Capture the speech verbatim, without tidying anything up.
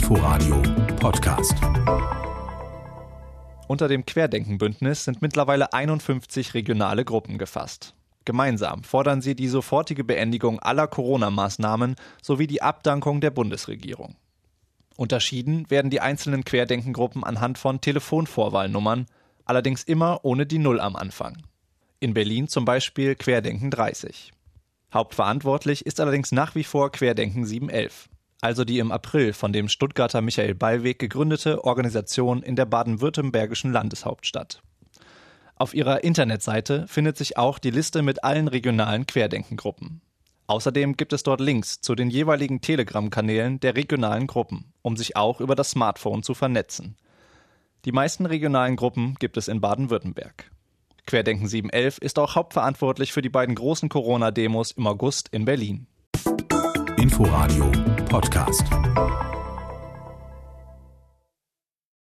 Inforadio Podcast. Unter dem Querdenken-Bündnis sind mittlerweile einundfünfzig regionale Gruppen gefasst. Gemeinsam fordern sie die sofortige Beendigung aller Corona-Maßnahmen sowie die Abdankung der Bundesregierung. Unterschieden werden die einzelnen Querdenkengruppen anhand von Telefonvorwahlnummern, allerdings immer ohne die Null am Anfang. In Berlin zum Beispiel Querdenken dreißig. Hauptverantwortlich ist allerdings nach wie vor Querdenken sieben elf, also die im April von dem Stuttgarter Michael Ballweg gegründete Organisation in der baden-württembergischen Landeshauptstadt. Auf ihrer Internetseite findet sich auch die Liste mit allen regionalen Querdenkengruppen. Außerdem gibt es dort Links zu den jeweiligen Telegram-Kanälen der regionalen Gruppen, um sich auch über das Smartphone zu vernetzen. Die meisten regionalen Gruppen gibt es in Baden-Württemberg. Querdenken sieben elf ist auch hauptverantwortlich für die beiden großen Corona-Demos im August in Berlin. Inforadio Podcast.